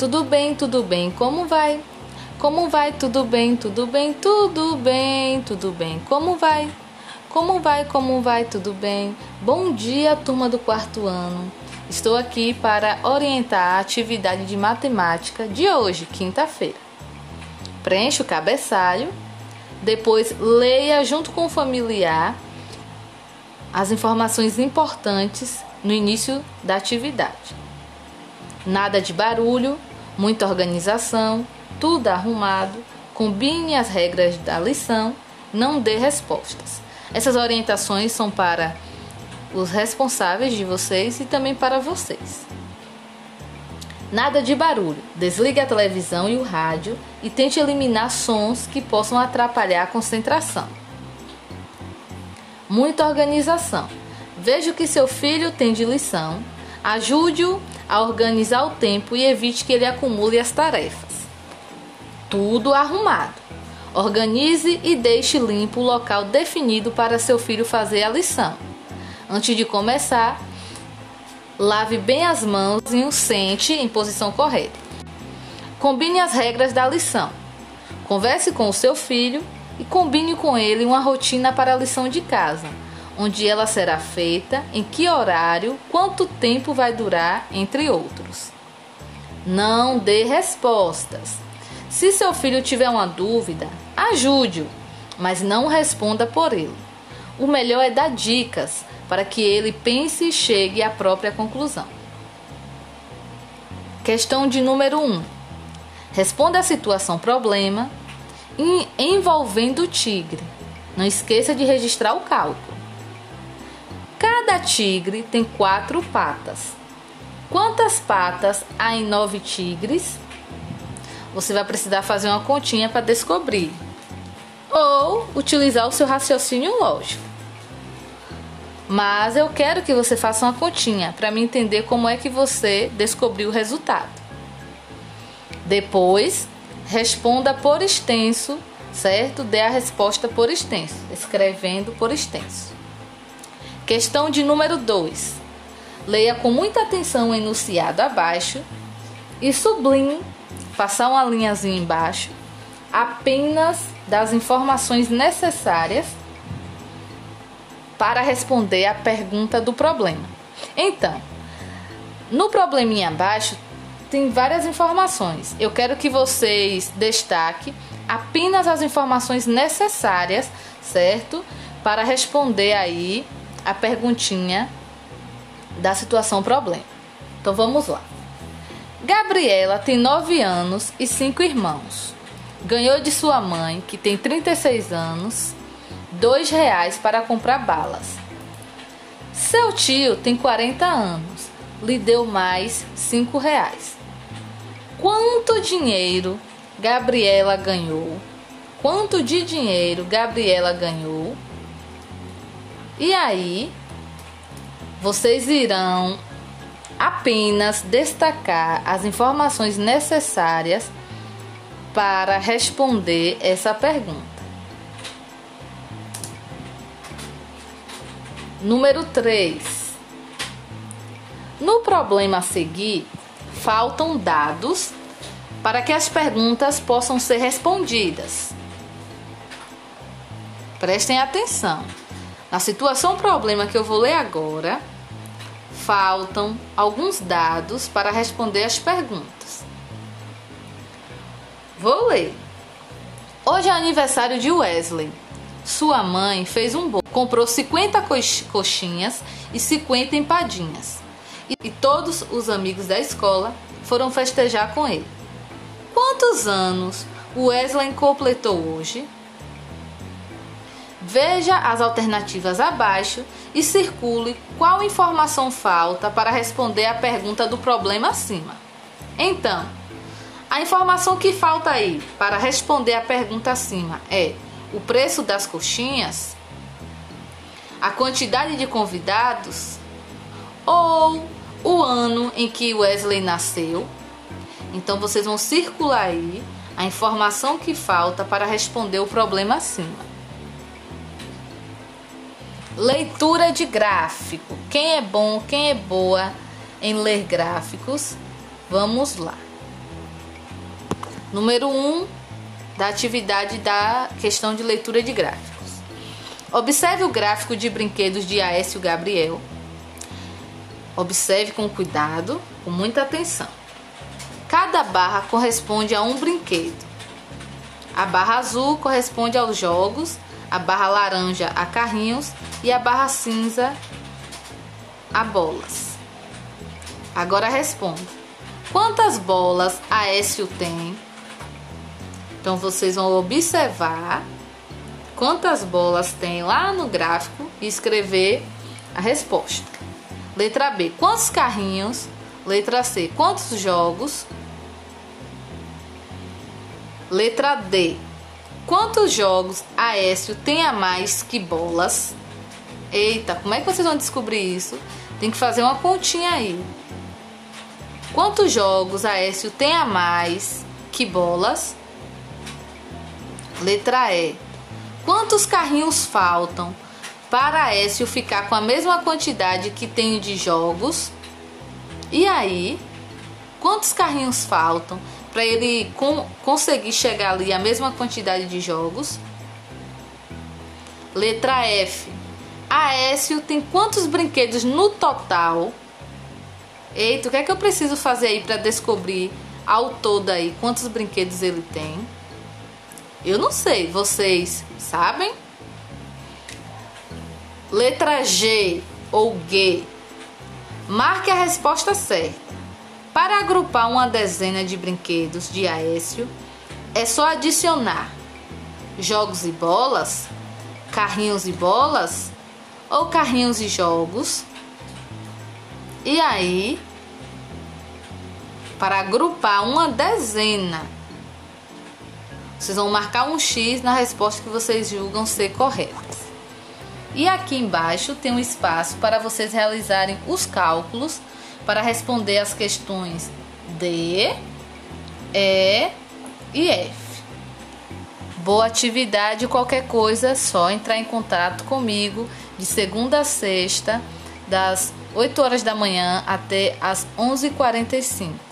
Tudo bem, tudo bem, como vai? Como vai? Tudo bem, tudo bem, tudo bem, tudo bem, como vai? Como vai, como vai? Tudo bem? Bom dia, turma do quarto ano. Estou aqui para orientar a atividade de matemática de hoje, quinta-feira. Preencha o cabeçalho, depois leia junto com o familiar as informações importantes no início da atividade. Nada de barulho, muita organização, tudo arrumado, combine as regras da lição, não dê respostas. Essas orientações são para os responsáveis de vocês e também para vocês. Nada de barulho, desligue a televisão e o rádio e tente eliminar sons que possam atrapalhar a concentração. Muita organização, veja o que seu filho tem de lição, ajude-o a organizar o tempo e evite que ele acumule as tarefas. Tudo arrumado. Organize e deixe limpo o local definido para seu filho fazer a lição. Antes de começar, lave bem as mãos e o sente em posição correta. Combine as regras da lição. Converse com o seu filho e combine com ele uma rotina para a lição de casa, onde ela será feita, em que horário, quanto tempo vai durar, entre outros. Não dê respostas. Se seu filho tiver uma dúvida, ajude-o, mas não responda por ele. O melhor é dar dicas para que ele pense e chegue à própria conclusão. Questão de número 1. Responda a situação problema envolvendo o tigre. Não esqueça de registrar o cálculo. Cada tigre tem 4 patas. Quantas patas há em 9 tigres? Você vai precisar fazer uma continha para descobrir. Ou utilizar o seu raciocínio lógico. Mas eu quero que você faça uma continha para me entender como é que você descobriu o resultado. Depois, responda por extenso, certo? Dê a resposta por extenso, escrevendo por extenso. Questão de número 2. Leia com muita atenção o enunciado abaixo e sublinhe, passar uma linhazinha embaixo, apenas das informações necessárias para responder a pergunta do problema. Então, no probleminha abaixo tem várias informações. Eu quero que vocês destaquem apenas as informações necessárias, certo? Para responder aí a perguntinha da situação problema. Então vamos lá. Gabriela tem 9 anos e 5 irmãos. Ganhou de sua mãe, que tem 36 anos, R$ 2 para comprar balas. Seu tio tem 40 anos, lhe deu mais R$ 5. Quanto dinheiro Gabriela ganhou? Quanto de dinheiro Gabriela ganhou? E aí, vocês irão apenas destacar as informações necessárias para responder essa pergunta. Número 3. No problema a seguir, faltam dados para que as perguntas possam ser respondidas. Prestem atenção. Na situação problema que eu vou ler agora, faltam alguns dados para responder as perguntas. Vou ler. Hoje é aniversário de Wesley. Sua mãe fez um bolo, comprou 50 coxinhas e 50 empadinhas. E todos os amigos da escola foram festejar com ele. Quantos anos Wesley completou hoje? Veja as alternativas abaixo e circule qual informação falta para responder a pergunta do problema acima. Então, a informação que falta aí para responder a pergunta acima é o preço das coxinhas, a quantidade de convidados ou o ano em que Wesley nasceu. Então, vocês vão circular aí a informação que falta para responder o problema acima. Leitura de gráfico. Quem é bom, quem é boa em ler gráficos? Vamos lá. Número 1 da atividade da questão de leitura de gráficos. Observe o gráfico de brinquedos de Aécio Gabriel. Observe com cuidado, com muita atenção. Cada barra corresponde a um brinquedo. A barra azul corresponde aos jogos, a barra laranja a carrinhos e a barra cinza a bolas. Agora responda. Quantas bolas Aécio tem? Então vocês vão observar quantas bolas tem lá no gráfico e escrever a resposta. Letra B, quantos carrinhos? Letra C, quantos jogos? Letra D, quantos jogos Aécio tem a mais que bolas? Eita, como é que vocês vão descobrir isso? Tem que fazer uma continha aí. Quantos jogos Aécio tem a mais que bolas? Letra E, quantos carrinhos faltam para Aécio ficar com a mesma quantidade que tem de jogos? E aí, quantos carrinhos faltam para ele conseguir chegar ali a mesma quantidade de jogos? Letra F, Aécio tem quantos brinquedos no total? Eita, o que é que eu preciso fazer aí para descobrir ao todo aí quantos brinquedos ele tem? Eu não sei, vocês sabem? Letra G ou G, marque a resposta certa. Para agrupar uma dezena de brinquedos de Aécio, é só adicionar jogos e bolas, carrinhos e bolas ou carrinhos e jogos. E aí, para agrupar uma dezena, vocês vão marcar um X na resposta que vocês julgam ser correta. E aqui embaixo tem um espaço para vocês realizarem os cálculos para responder as questões D, E e F. Boa atividade, qualquer coisa é só entrar em contato comigo de segunda a sexta, das 8 horas da manhã até as 11h45.